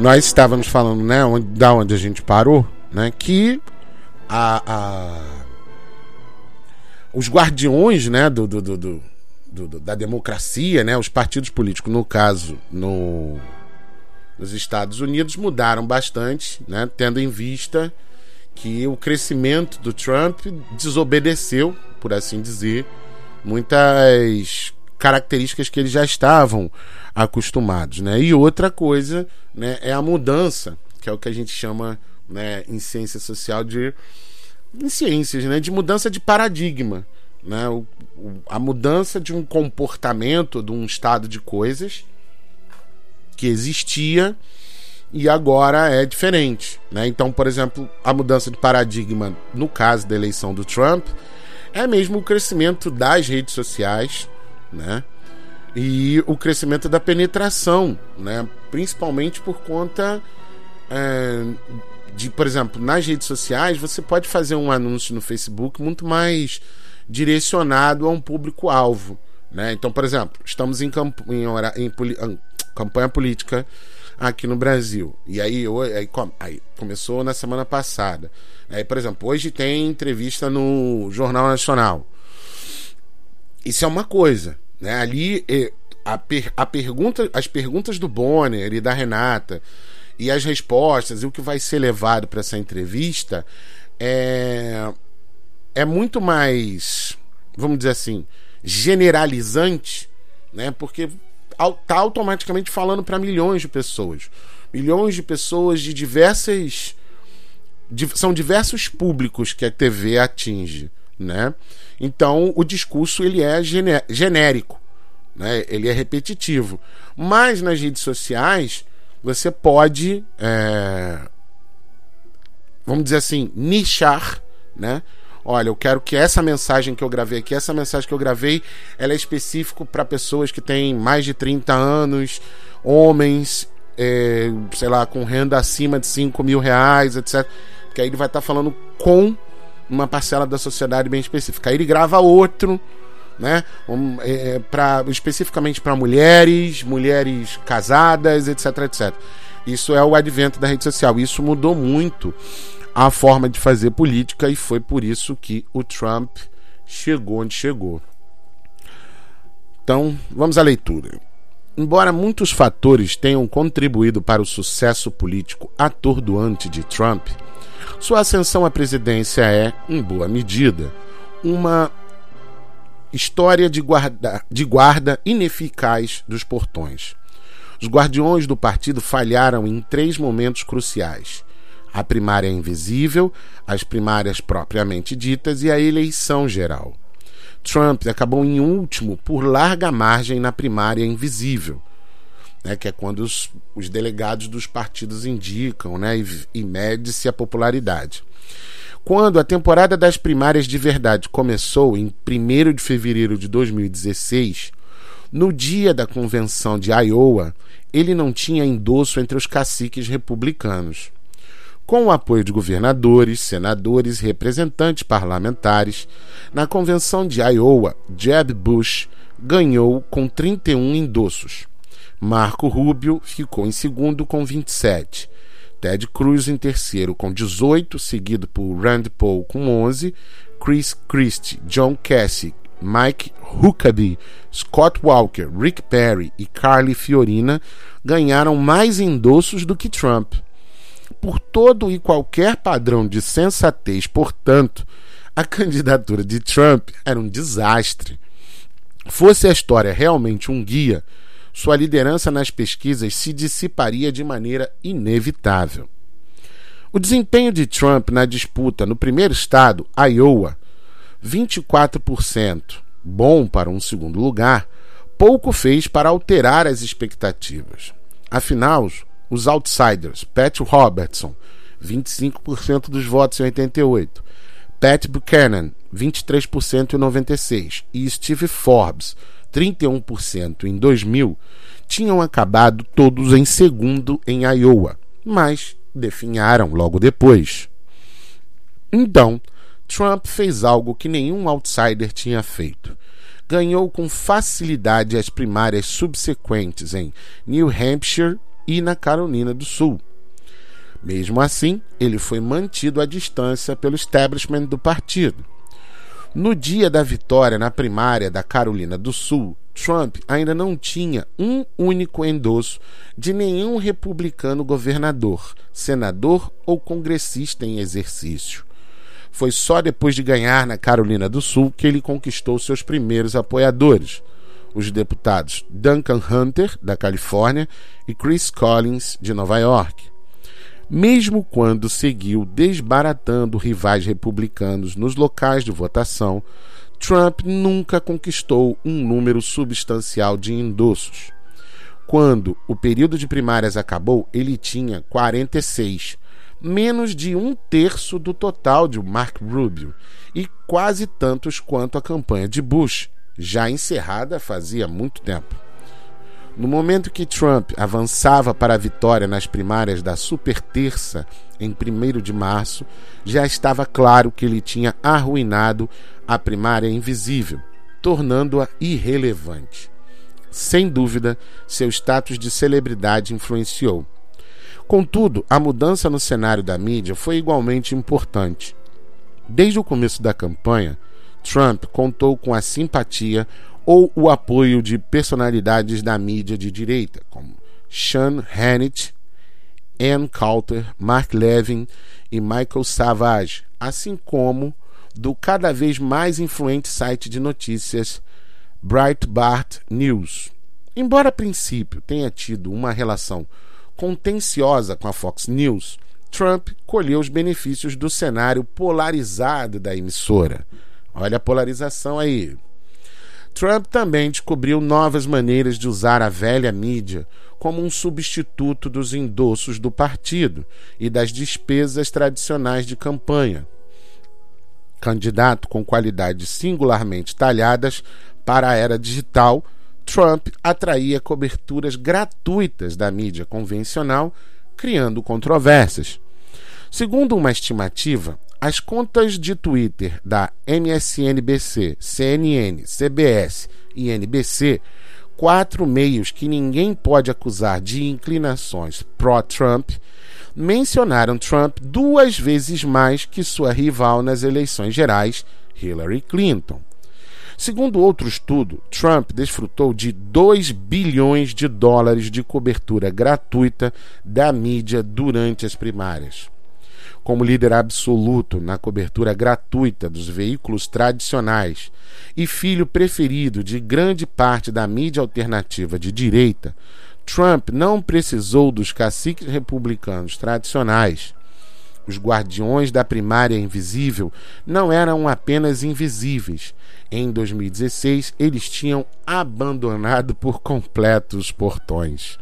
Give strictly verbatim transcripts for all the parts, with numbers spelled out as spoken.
nós estávamos falando, né, onde, da onde a gente parou, né, que a, a, os guardiões, né, do, do, do, do, do, da democracia, né, os partidos políticos, no caso, no, nos Estados Unidos, mudaram bastante, né, tendo em vista que o crescimento do Trump desobedeceu, por assim dizer, muitas características que eles já estavam acostumados, né? E outra coisa, né, é a mudança, que é o que a gente chama, né, em ciência social de em ciências, né, de mudança de paradigma, né? O, o, a mudança de um comportamento, de um estado de coisas que existia e agora é diferente, né? Então, por exemplo, a mudança de paradigma no caso da eleição do Trump é mesmo o crescimento das redes sociais, né? E o crescimento da penetração, né? Principalmente por conta é, de, por exemplo, nas redes sociais você pode fazer um anúncio no Facebook muito mais direcionado a um público-alvo, né? Então, por exemplo, estamos em, camp- em, hora- em poli- campanha política aqui no Brasil, e aí, aí, aí começou na semana passada. Aí, por exemplo, hoje tem entrevista no Jornal Nacional. Isso é uma coisa, né? Ali a, per, a pergunta, as perguntas do Bonner e da Renata e as respostas e o que vai ser levado para essa entrevista é, é muito mais, vamos dizer assim, generalizante, né? Porque está automaticamente falando para milhões de pessoas, milhões de pessoas de diversas, de, são diversos públicos que a T V atinge, né? Então o discurso ele é gené- genérico, né? Ele é repetitivo, mas nas redes sociais você pode, é, vamos dizer assim, nichar, né? Olha, eu quero que essa mensagem que eu gravei aqui, essa mensagem que eu gravei, ela é específica para pessoas que têm mais de trinta anos, homens, é, sei lá, com renda acima de cinco mil reais, etcétera. Que aí ele vai estar tá falando com uma parcela da sociedade bem específica. Aí ele grava outro, né, um, é, pra, especificamente para mulheres, mulheres casadas, etc, etcétera. Isso é o advento da rede social. Isso mudou muito a forma de fazer política e foi por isso que o Trump chegou onde chegou. Então, vamos à leitura. Embora muitos fatores tenham contribuído para o sucesso político atordoante de Trump, sua ascensão à presidência é, em boa medida, uma história de guarda, de guarda ineficaz dos portões. Os guardiões do partido falharam em três momentos cruciais: a primária invisível, as primárias propriamente ditas e a eleição geral. Trump acabou em último por larga margem na primária invisível, né, que é quando os, os delegados dos partidos indicam, né, e, e mede-se a popularidade. Quando a temporada das primárias de verdade começou em primeiro de fevereiro de dois mil e dezesseis, no dia da convenção de Iowa, ele não tinha endosso entre os caciques republicanos. Com o apoio de governadores, senadores e representantes parlamentares, na convenção de Iowa, Jeb Bush ganhou com trinta e um endossos. Marco Rubio ficou em segundo com vinte e sete. Ted Cruz em terceiro com dezoito, seguido por Rand Paul com onze, Chris Christie, John Kasich, Mike Huckabee, Scott Walker, Rick Perry e Carly Fiorina ganharam mais endossos do que Trump. Por todo e qualquer padrão de sensatez, portanto, a candidatura de Trump era um desastre. Fosse a história realmente um guia, sua liderança nas pesquisas se dissiparia de maneira inevitável. O desempenho de Trump na disputa no primeiro estado, Iowa, vinte e quatro por cento, bom para um segundo lugar, pouco fez para alterar as expectativas. Afinal, os outsiders, Pat Robertson, vinte e cinco por cento dos votos em oitenta e oito, Pat Buchanan, vinte e três por cento em noventa e seis, e Steve Forbes, trinta e um por cento em dois mil, tinham acabado todos em segundo em Iowa, mas definharam logo depois. Então, Trump fez algo que nenhum outsider tinha feito. Ganhou com facilidade as primárias subsequentes em New Hampshire, e na Carolina do Sul. Mesmo assim, ele foi mantido à distância pelo establishment do partido. No dia da vitória na primária da Carolina do Sul, Trump ainda não tinha um único endosso de nenhum republicano governador, senador ou congressista em exercício. Foi só depois de ganhar na Carolina do Sul que ele conquistou seus primeiros apoiadores, os deputados Duncan Hunter, da Califórnia, e Chris Collins, de Nova York. Mesmo quando seguiu desbaratando rivais republicanos nos locais de votação, Trump nunca conquistou um número substancial de endossos. Quando o período de primárias acabou, ele tinha quarenta e seis, menos de um terço do total de Mark Rubio, e quase tantos quanto a campanha de Bush, já encerrada fazia muito tempo. No momento que Trump avançava para a vitória nas primárias da Superterça, em primeiro de março, já estava claro que ele tinha arruinado a primária invisível, tornando-a irrelevante. Sem dúvida, seu status de celebridade influenciou. Contudo, a mudança no cenário da mídia foi igualmente importante. Desde o começo da campanha, Trump contou com a simpatia ou o apoio de personalidades da mídia de direita, como Sean Hannity, Ann Coulter, Mark Levin e Michael Savage, assim como do cada vez mais influente site de notícias Breitbart News. Embora a princípio tenha tido uma relação contenciosa com a Fox News, Trump colheu os benefícios do cenário polarizado da emissora. Olha a polarização aí. Trump também descobriu novas maneiras de usar a velha mídia como um substituto dos endossos do partido e das despesas tradicionais de campanha. Candidato com qualidades singularmente talhadas para a era digital, Trump atraía coberturas gratuitas da mídia convencional, criando controvérsias. Segundo uma estimativa, as contas de Twitter da M S N B C, C N N, C B S e N B C, quatro meios que ninguém pode acusar de inclinações pró-Trump, mencionaram Trump duas vezes mais que sua rival nas eleições gerais, Hillary Clinton. Segundo outro estudo, Trump desfrutou de dois bilhões de dólares de cobertura gratuita da mídia durante as primárias. Como líder absoluto na cobertura gratuita dos veículos tradicionais e filho preferido de grande parte da mídia alternativa de direita, Trump não precisou dos caciques republicanos tradicionais. Os guardiões da primária invisível não eram apenas invisíveis. Em dois mil e dezesseis, eles tinham abandonado por completo os portões.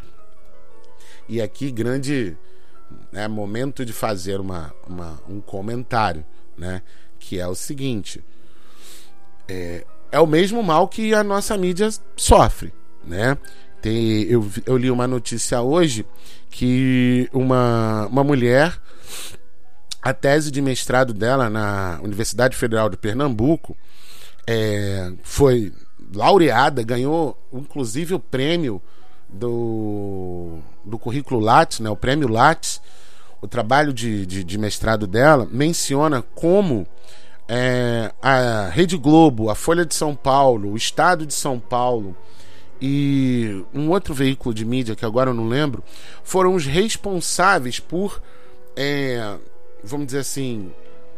E aqui, grande... É momento de fazer uma, uma, um comentário, né? Que é o seguinte: é, é o mesmo mal que a nossa mídia sofre, né? Tem, eu, eu li uma notícia hoje que uma, uma mulher, a tese de mestrado dela na Universidade Federal de Pernambuco é, foi laureada, ganhou inclusive o prêmio do, do currículo Lattes, né, o prêmio Lattes. O trabalho de, de, de mestrado dela menciona como é, a Rede Globo, a Folha de São Paulo, o Estado de São Paulo e um outro veículo de mídia que agora eu não lembro, foram os responsáveis por, é, vamos dizer assim,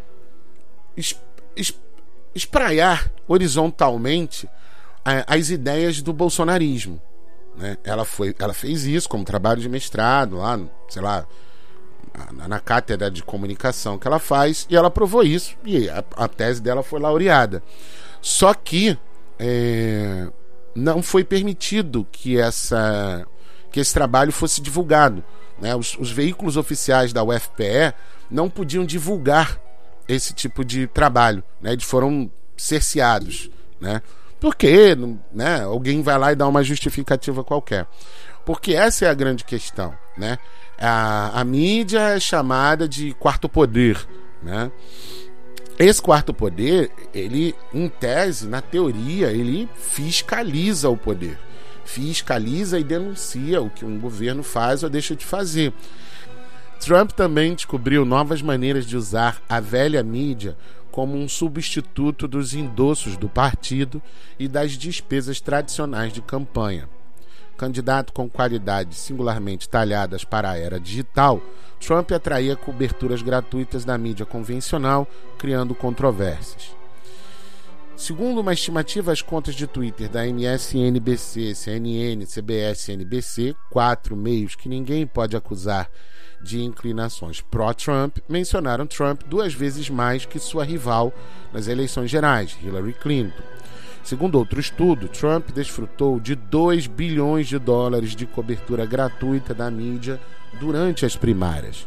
es, es, espraiar horizontalmente é, as ideias do bolsonarismo. Né? Ela, foi, ela fez isso como trabalho de mestrado lá, sei lá, na, na cátedra de comunicação que ela faz, e ela provou isso, e a, a tese dela foi laureada. Só que é, não foi permitido que, essa, que esse trabalho fosse divulgado. Né? Os, os veículos oficiais da U F P E não podiam divulgar esse tipo de trabalho, né? Eles foram cerceados, né? Porque, né, alguém vai lá e dá uma justificativa qualquer. Porque essa é a grande questão, né? A, a mídia é chamada de quarto poder, né? Esse quarto poder, ele, em tese, na teoria, ele fiscaliza o poder. fiscaliza e denuncia o que um governo faz ou deixa de fazer. Trump também descobriu novas maneiras de usar a velha mídia como um substituto dos endossos do partido e das despesas tradicionais de campanha. Candidato com qualidades singularmente talhadas para a era digital, Trump atraía coberturas gratuitas da mídia convencional, criando controvérsias. Segundo uma estimativa, as contas de Twitter da M S N B C, C N N, C B S e N B C, quatro meios que ninguém pode acusar de inclinações pró-Trump, mencionaram Trump duas vezes mais que sua rival nas eleições gerais, Hillary Clinton. Segundo outro estudo, Trump desfrutou de dois bilhões de dólares de cobertura gratuita da mídia durante as primárias.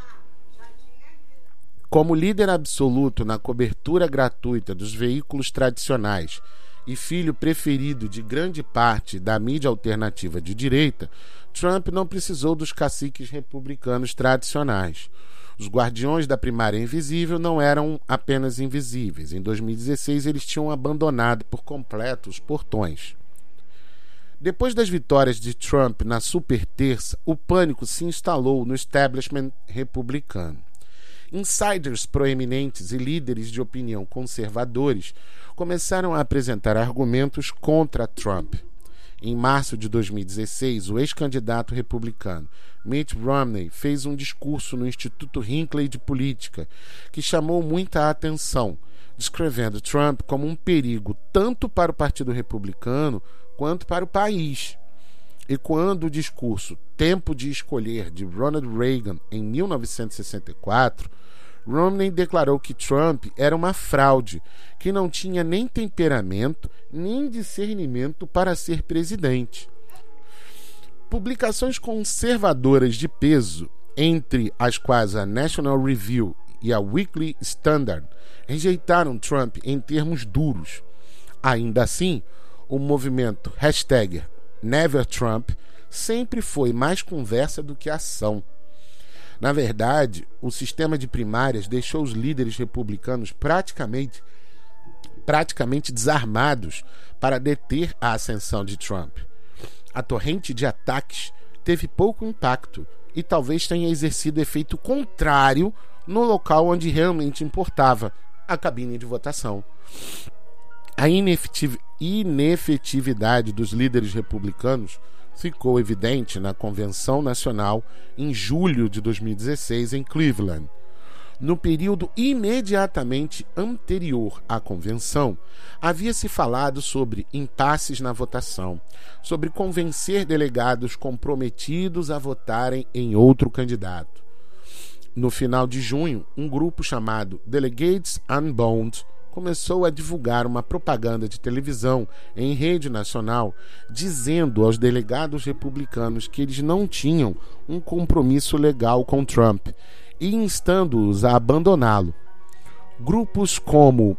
Como líder absoluto na cobertura gratuita dos veículos tradicionais e filho preferido de grande parte da mídia alternativa de direita, Trump não precisou dos caciques republicanos tradicionais. Os guardiões da primária invisível não eram apenas invisíveis. Em dois mil e dezesseis, eles tinham abandonado por completo os portões. Depois das vitórias de Trump na super terça, o pânico se instalou no establishment republicano. Insiders proeminentes e líderes de opinião conservadores começaram a apresentar argumentos contra Trump. Em março de dois mil e dezesseis, o ex-candidato republicano Mitt Romney fez um discurso no Instituto Hinckley de Política que chamou muita atenção, descrevendo Trump como um perigo tanto para o Partido Republicano quanto para o país. E quando o discurso Tempo de Escolher de Ronald Reagan, em mil novecentos e sessenta e quatro, Romney declarou que Trump era uma fraude, que não tinha nem temperamento, nem discernimento para ser presidente. Publicações conservadoras de peso, entre as quais a National Review e a Weekly Standard, rejeitaram Trump em termos duros. Ainda assim, o movimento hashtag Never Trump sempre foi mais conversa do que ação. Na verdade, o sistema de primárias deixou os líderes republicanos praticamente, praticamente desarmados para deter a ascensão de Trump. A torrente de ataques teve pouco impacto e talvez tenha exercido efeito contrário no local onde realmente importava, a cabine de votação. A inefetiv- inefetividade dos líderes republicanos ficou evidente na Convenção Nacional em julho de dois mil e dezesseis em Cleveland. No período imediatamente anterior à convenção, havia-se falado sobre impasses na votação, sobre convencer delegados comprometidos a votarem em outro candidato. No final de junho, um grupo chamado Delegates Unbound começou a divulgar uma propaganda de televisão em rede nacional dizendo aos delegados republicanos que eles não tinham um compromisso legal com Trump e instando-os a abandoná-lo. Grupos como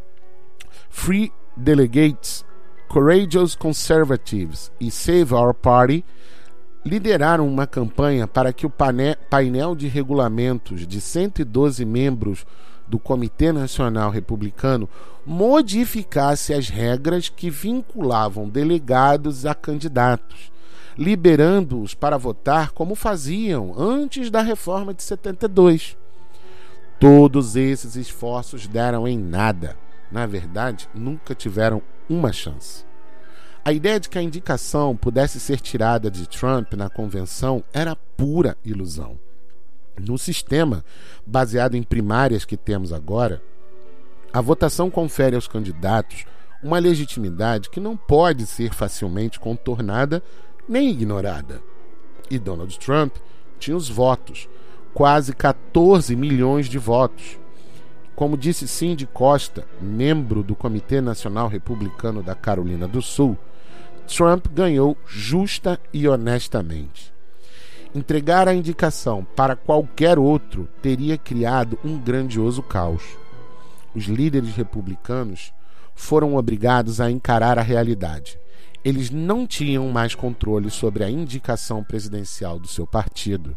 Free Delegates, Courageous Conservatives e Save Our Party lideraram uma campanha para que o painel de regulamentos de cento e doze membros do Comitê Nacional Republicano modificasse as regras que vinculavam delegados a candidatos, liberando-os para votar como faziam antes da reforma de setenta e dois. Todos esses esforços deram em nada. Na verdade, nunca tiveram uma chance. A ideia de que a indicação pudesse ser tirada de Trump na convenção era pura ilusão. No sistema baseado em primárias que temos agora, a votação confere aos candidatos uma legitimidade que não pode ser facilmente contornada nem ignorada. E Donald Trump tinha os votos, quase quatorze milhões de votos. Como disse Cindy Costa, membro do Comitê Nacional Republicano da Carolina do Sul, Trump ganhou justa e honestamente. Entregar a indicação para qualquer outro teria criado um grandioso caos. Os líderes republicanos foram obrigados a encarar a realidade. Eles não tinham mais controle sobre a indicação presidencial do seu partido.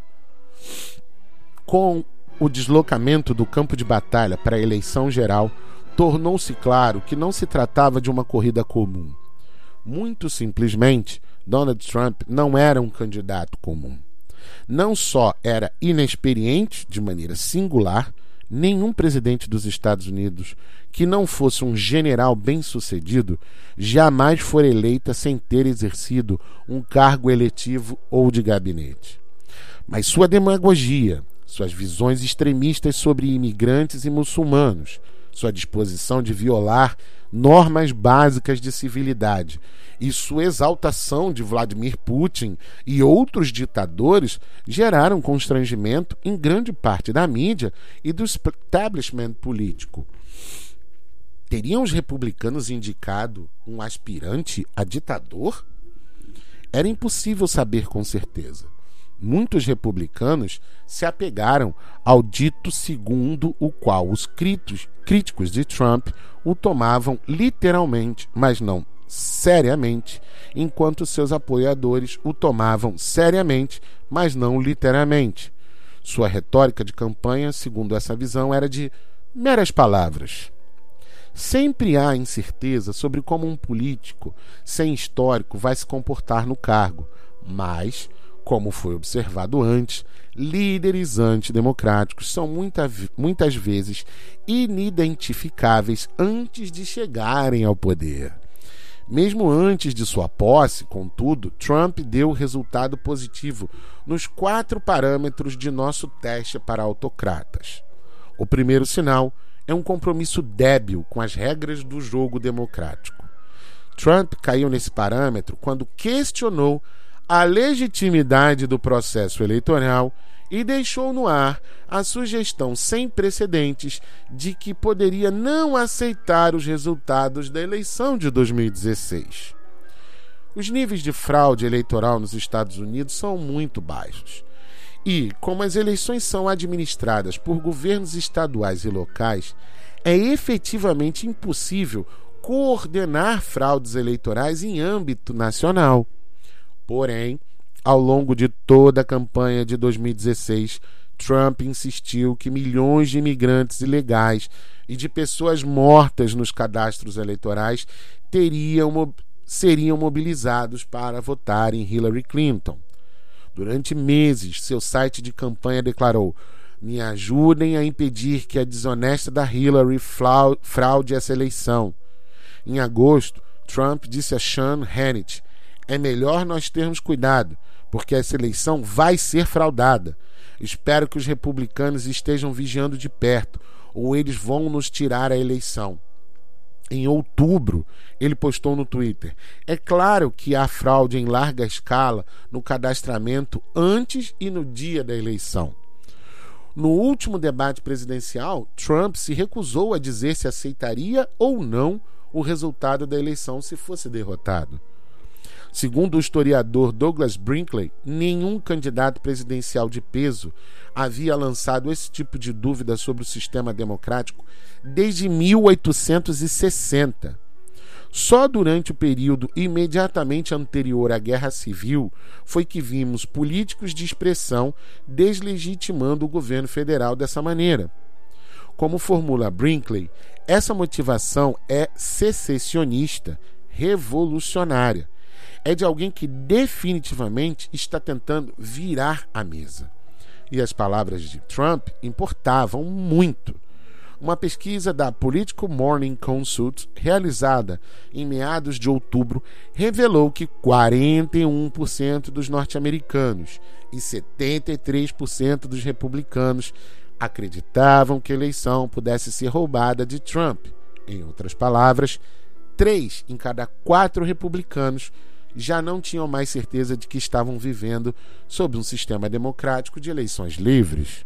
Com o deslocamento do campo de batalha para a eleição geral, tornou-se claro que não se tratava de uma corrida comum. Muito simplesmente, Donald Trump não era um candidato comum. Não só era inexperiente de maneira singular, nenhum presidente dos Estados Unidos que não fosse um general bem-sucedido jamais fora eleita sem ter exercido um cargo eletivo ou de gabinete. Mas sua demagogia, suas visões extremistas sobre imigrantes e muçulmanos, sua disposição de violar normas básicas de civilidade e sua exaltação de Vladimir Putin e outros ditadores geraram constrangimento em grande parte da mídia e do establishment político. Teriam os republicanos indicado um aspirante a ditador? Era impossível saber com certeza. Muitos republicanos se apegaram ao dito segundo o qual os críticos de Trump o tomavam literalmente, mas não seriamente, enquanto seus apoiadores o tomavam seriamente, mas não literalmente. Sua retórica de campanha, segundo essa visão, era de meras palavras. Sempre há incerteza sobre como um político sem histórico vai se comportar no cargo, mas, como foi observado antes, líderes antidemocráticos são muita, muitas vezes inidentificáveis antes de chegarem ao poder. Mesmo antes de sua posse, contudo, Trump deu resultado positivo nos quatro parâmetros de nosso teste para autocratas. O primeiro sinal é um compromisso débil com as regras do jogo democrático. Trump caiu nesse parâmetro quando questionou a legitimidade do processo eleitoral e deixou no ar a sugestão sem precedentes de que poderia não aceitar os resultados da eleição de dois mil e dezesseis. Os níveis de fraude eleitoral nos Estados Unidos são muito baixos. E, como as eleições são administradas por governos estaduais e locais, é efetivamente impossível coordenar fraudes eleitorais em âmbito nacional. Porém, ao longo de toda a campanha de dois mil e dezesseis, Trump insistiu que milhões de imigrantes ilegais e de pessoas mortas nos cadastros eleitorais teriam, seriam mobilizados para votar em Hillary Clinton. Durante meses, seu site de campanha declarou: "Me ajudem a impedir que a desonesta da Hillary fraude essa eleição." Em agosto, Trump disse a Sean Hannity: "É melhor nós termos cuidado, porque essa eleição vai ser fraudada. Espero que os republicanos estejam vigiando de perto, ou eles vão nos tirar a eleição." Em outubro, ele postou no Twitter: "É claro que há fraude em larga escala no cadastramento antes e no dia da eleição." No último debate presidencial, Trump se recusou a dizer se aceitaria ou não o resultado da eleição se fosse derrotado. Segundo o historiador Douglas Brinkley, nenhum candidato presidencial de peso havia lançado esse tipo de dúvida sobre o sistema democrático desde mil oitocentos e sessenta. Só durante o período imediatamente anterior à Guerra Civil foi que vimos políticos de expressão deslegitimando o governo federal dessa maneira. Como formula Brinkley, essa motivação é secessionista, revolucionária. É de alguém que definitivamente está tentando virar a mesa. E as palavras de Trump importavam muito. Uma pesquisa da Political Morning Consult, realizada em meados de outubro, revelou que quarenta e um por cento dos norte-americanos e setenta e três por cento dos republicanos acreditavam que a eleição pudesse ser roubada de Trump. Em outras palavras, três em cada quatro republicanos já não tinham mais certeza de que estavam vivendo sob um sistema democrático de eleições livres.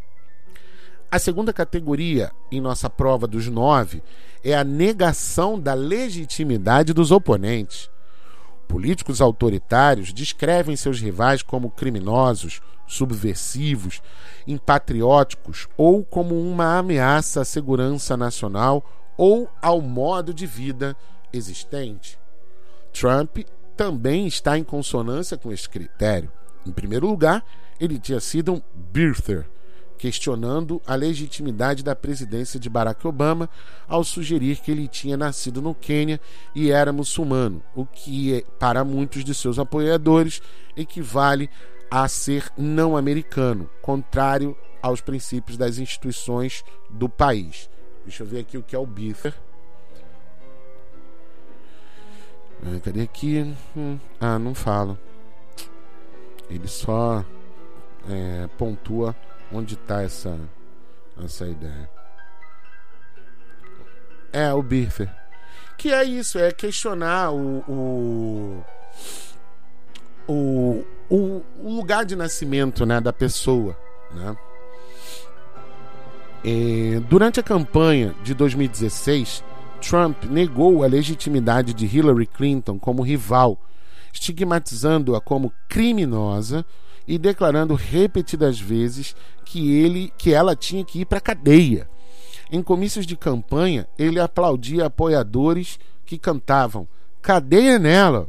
A segunda categoria em nossa prova dos nove é a negação da legitimidade dos oponentes. Políticos autoritários descrevem seus rivais como criminosos, subversivos, impatrióticos ou como uma ameaça à segurança nacional ou ao modo de vida existente. Trump também está em consonância com esse critério. Em primeiro lugar, ele tinha sido um birther, questionando a legitimidade da presidência de Barack Obama ao sugerir que ele tinha nascido no Quênia e era muçulmano, o que, para muitos de seus apoiadores, equivale a ser não americano, contrário aos princípios das instituições do país. Deixa eu ver aqui o que é o Birther. Cadê aqui? Hum, ah, não fala. Ele só é, pontua onde está essa, essa ideia. É, o Birther. Que é isso, é questionar o, o, o, o, o lugar de nascimento, né, da pessoa, né? E, durante a campanha de dois mil e dezesseis, Trump negou a legitimidade de Hillary Clinton como rival, estigmatizando-a como criminosa e declarando repetidas vezes que, ele, que ela tinha que ir para a cadeia. Em comícios de campanha, ele aplaudia apoiadores que cantavam "cadeia nela".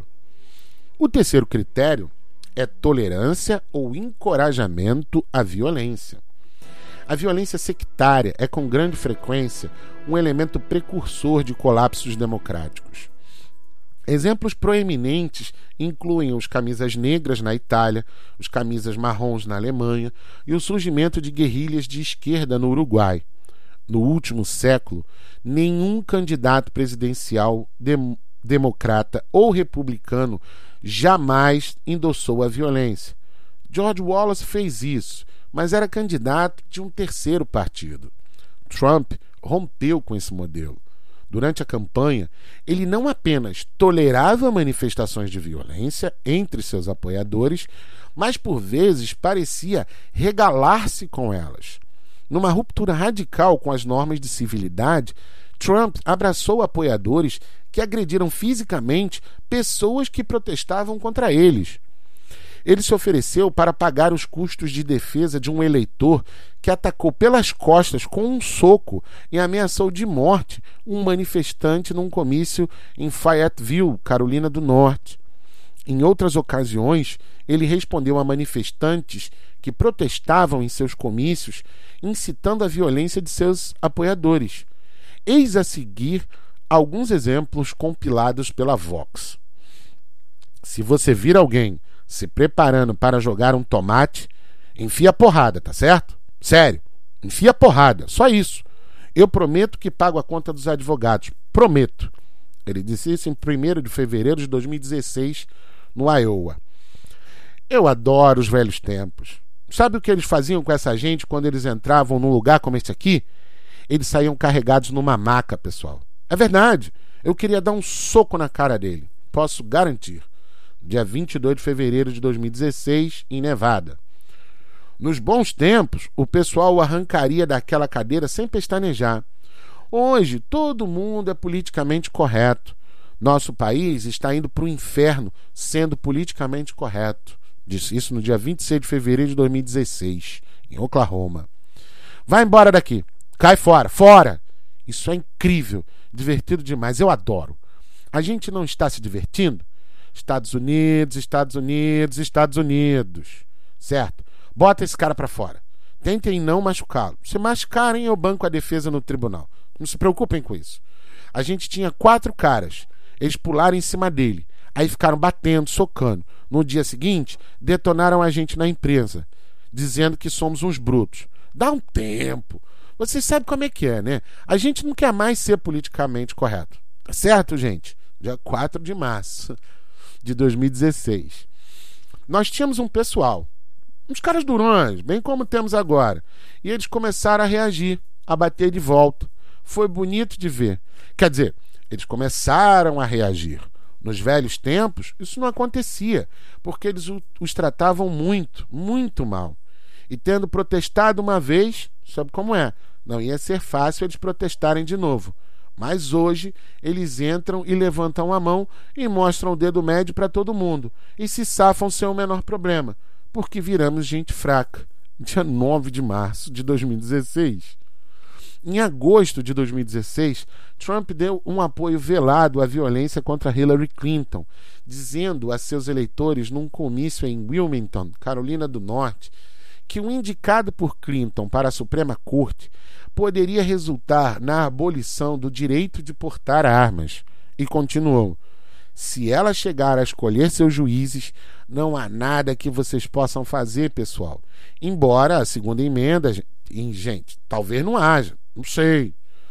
O terceiro critério é tolerância ou encorajamento à violência. A violência sectária é com grande frequência um elemento precursor de colapsos democráticos. Exemplos proeminentes incluem os camisas negras na Itália, os camisas marrons na Alemanha e o surgimento de guerrilhas de esquerda no Uruguai. No último século, nenhum candidato presidencial dem- democrata ou republicano jamais endossou a violência. George Wallace fez isso, mas era candidato de um terceiro partido. Trump rompeu com esse modelo. Durante a campanha, ele não apenas tolerava manifestações de violência entre seus apoiadores, mas por vezes parecia regalar-se com elas. Numa ruptura radical com as normas de civilidade, Trump abraçou apoiadores que agrediram fisicamente pessoas que protestavam contra eles. Ele se ofereceu para pagar os custos de defesa de um eleitor que atacou pelas costas com um soco e ameaçou de morte um manifestante num comício em Fayetteville, Carolina do Norte. Em outras ocasiões, ele respondeu a manifestantes que protestavam em seus comícios, incitando a violência de seus apoiadores. Eis a seguir alguns exemplos compilados pela Vox. Se você vir alguém se preparando para jogar um tomate, enfia a porrada, tá certo? Sério, enfia a porrada, só isso. Eu prometo que pago a conta dos advogados, prometo. Ele disse isso em primeiro de fevereiro de dois mil e dezesseis, no Iowa. Eu adoro os velhos tempos. Sabe o que eles faziam com essa gente quando eles entravam num lugar como esse aqui? Eles saíam carregados numa maca, pessoal. É verdade. Eu queria dar um soco na cara dele. Posso garantir. Dia vinte e dois de fevereiro de dois mil e dezesseis, em Nevada. Nos bons tempos, o pessoal o arrancaria daquela cadeira sem pestanejar. Hoje, todo mundo é politicamente correto. Nosso país está indo para o inferno sendo politicamente correto. Disse isso no dia vinte e seis de fevereiro de dois mil e dezesseis, em Oklahoma. Vai embora daqui. Cai fora. Fora! Isso é incrível. Divertido demais. Eu adoro. A gente não está se divertindo? Estados Unidos, Estados Unidos, Estados Unidos. Certo? Bota esse cara pra fora. Tentem não machucá-lo. Se machucarem, eu banco a defesa no tribunal. Não se preocupem com isso. A gente tinha quatro caras. Eles pularam em cima dele. Aí ficaram batendo, socando. No dia seguinte, detonaram a gente na imprensa, dizendo que somos uns brutos. Dá um tempo. Vocês sabem como é que é, né? A gente não quer mais ser politicamente correto. Tá certo, gente? Dia quatro de março de dois mil e dezesseis. Nós tínhamos um pessoal, uns caras durões, bem como temos agora. E eles começaram a reagir, a bater de volta. Foi bonito de ver. Quer dizer, eles começaram a reagir. Nos velhos tempos, isso não acontecia, porque eles os tratavam muito, muito mal. E tendo protestado uma vez, sabe como é? Não ia ser fácil eles protestarem de novo. Mas hoje eles entram e levantam a mão e mostram o dedo médio para todo mundo e se safam sem o menor problema, porque viramos gente fraca. Dia nove de março de dois mil e dezesseis. Em agosto de dois mil e dezesseis, Trump deu um apoio velado à violência contra Hillary Clinton, dizendo a seus eleitores num comício em Wilmington, Carolina do Norte, que o indicado por Clinton para a Suprema Corte poderia resultar na abolição do direito de portar armas. E continuou: se ela chegar a escolher seus juízes, não há nada que vocês possam fazer, pessoal. Embora a segunda emenda, gente, talvez não haja, não sei.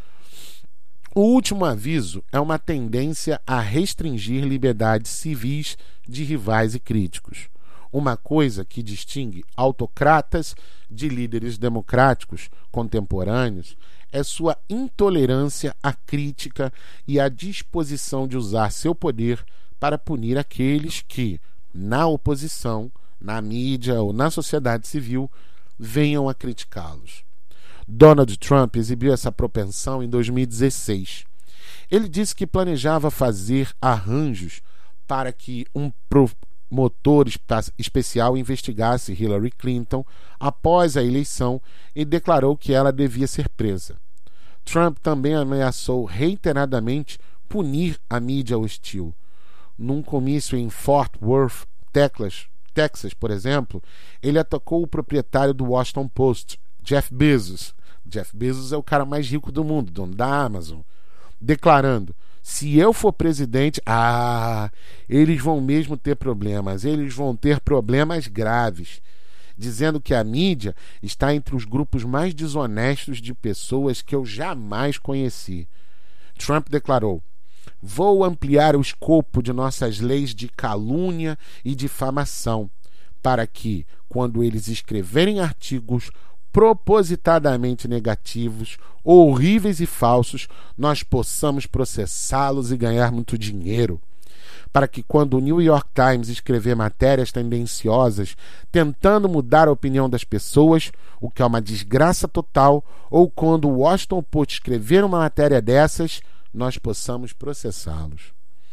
O último aviso é uma tendência a restringir liberdades civis de rivais e críticos. Uma coisa que distingue autocratas de líderes democráticos contemporâneos é sua intolerância à crítica e a disposição de usar seu poder para punir aqueles que, na oposição, na mídia ou na sociedade civil, venham a criticá-los. Donald Trump exibiu essa propensão em dois mil e dezesseis. Ele disse que planejava fazer arranjos para que um promotor especial investigasse Hillary Clinton após a eleição e declarou que ela devia ser presa. Trump também ameaçou reiteradamente punir a mídia hostil. Num comício em Fort Worth, Texas, Texas, por exemplo, ele atacou o proprietário do Washington Post, Jeff Bezos. Jeff Bezos é o cara mais rico do mundo, dono da Amazon, declarando: se eu for presidente, ah, eles vão mesmo ter problemas, eles vão ter problemas graves, dizendo que a mídia está entre os grupos mais desonestos de pessoas que eu jamais conheci. Trump declarou: vou ampliar o escopo de nossas leis de calúnia e difamação, para que, quando eles escreverem artigos propositadamente negativos, horríveis e falsos, nós possamos processá-los e ganhar muito dinheiro. Para que, quando o New York Times escrever matérias tendenciosas tentando mudar a opinião das pessoas, o que é uma desgraça total, ou quando o Washington Post escrever uma matéria dessas, nós possamos processá-los.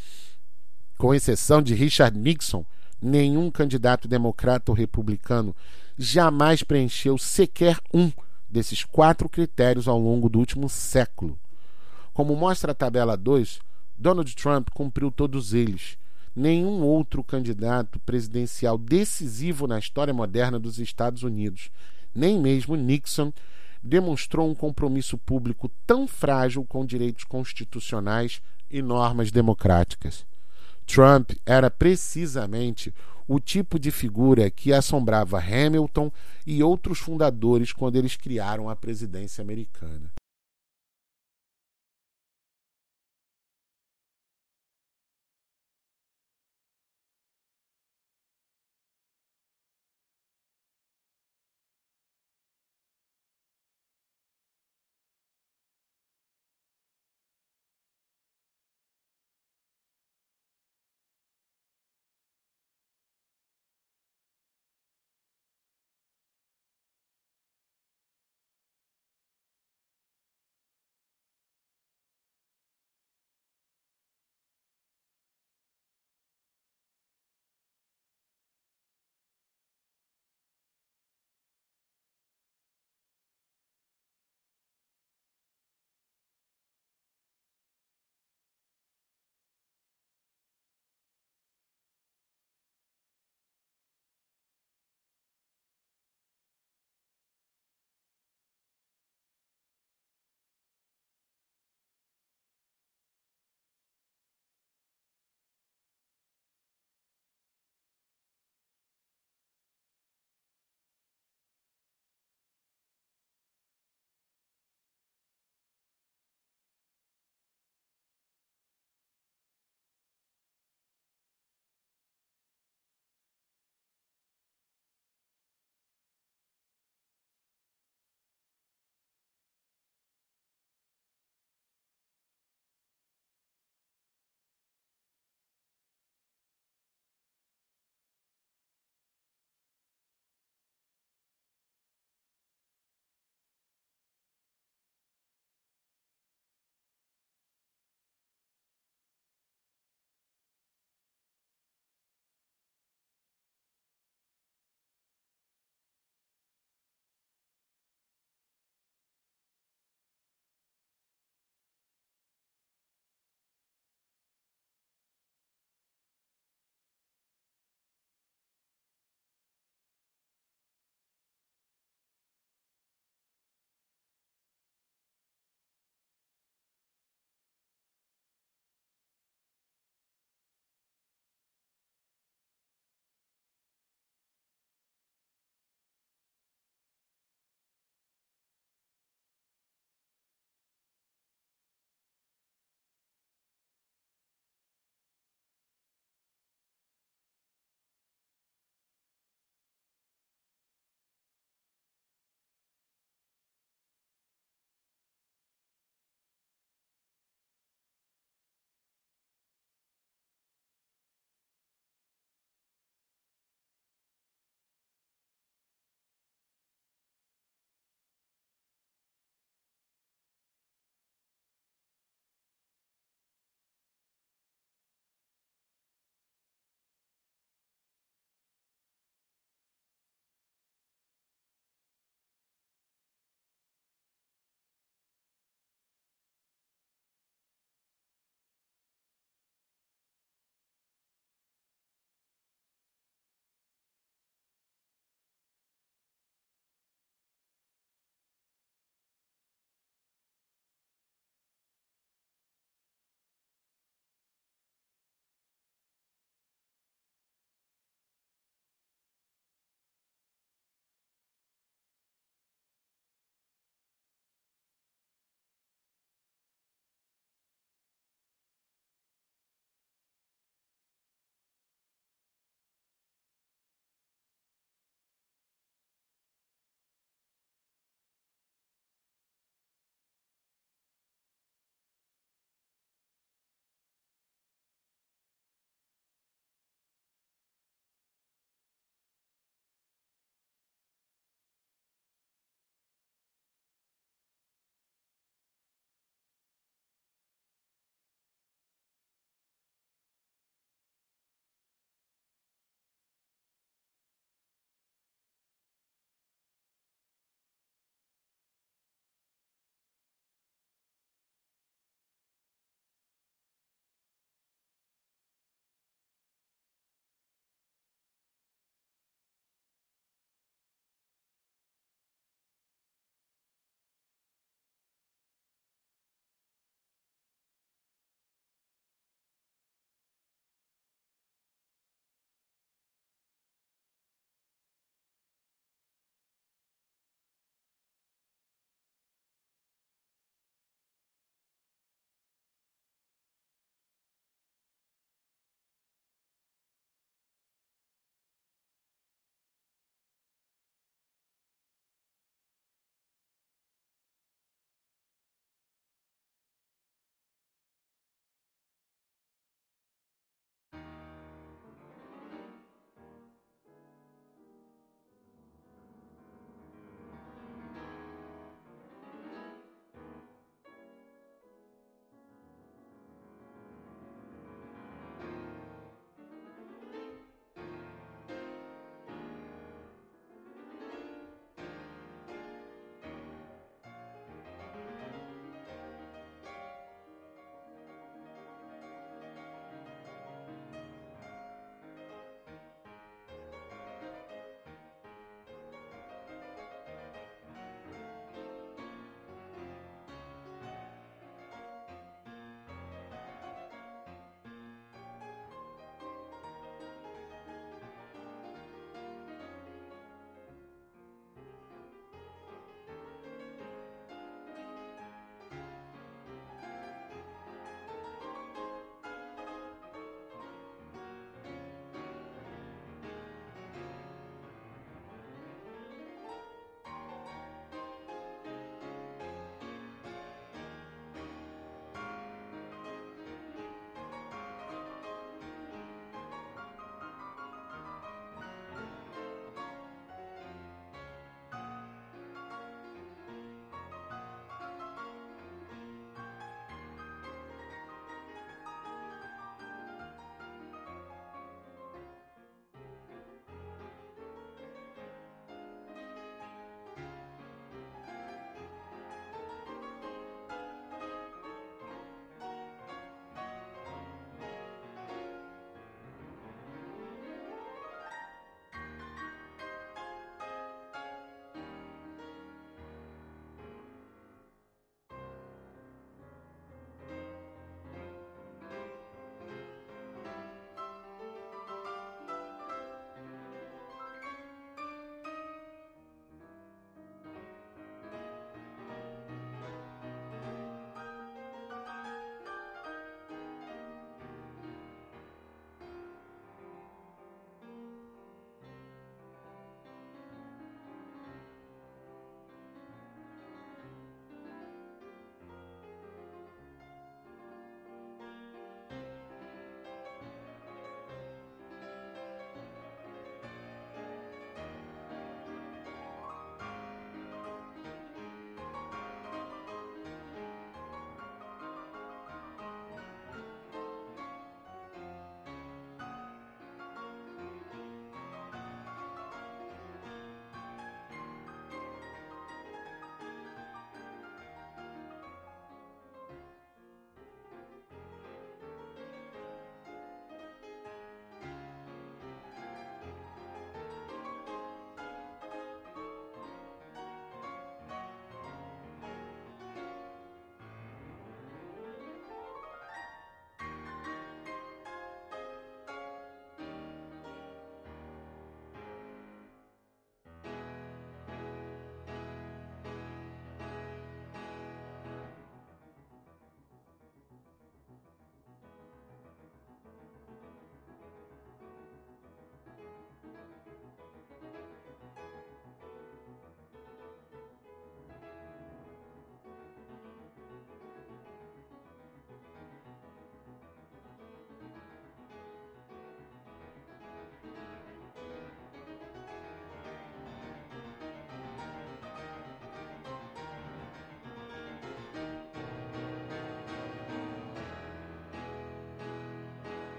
Com exceção de Richard Nixon, nenhum candidato democrata ou republicano jamais preencheu sequer um desses quatro critérios ao longo do último século. Como mostra a tabela dois, Donald Trump cumpriu todos eles. Nenhum outro candidato presidencial decisivo na história moderna dos Estados Unidos, nem mesmo Nixon, demonstrou um compromisso público tão frágil com direitos constitucionais e normas democráticas. Trump era precisamente o tipo de figura que assombrava Hamilton e outros fundadores quando eles criaram a presidência americana.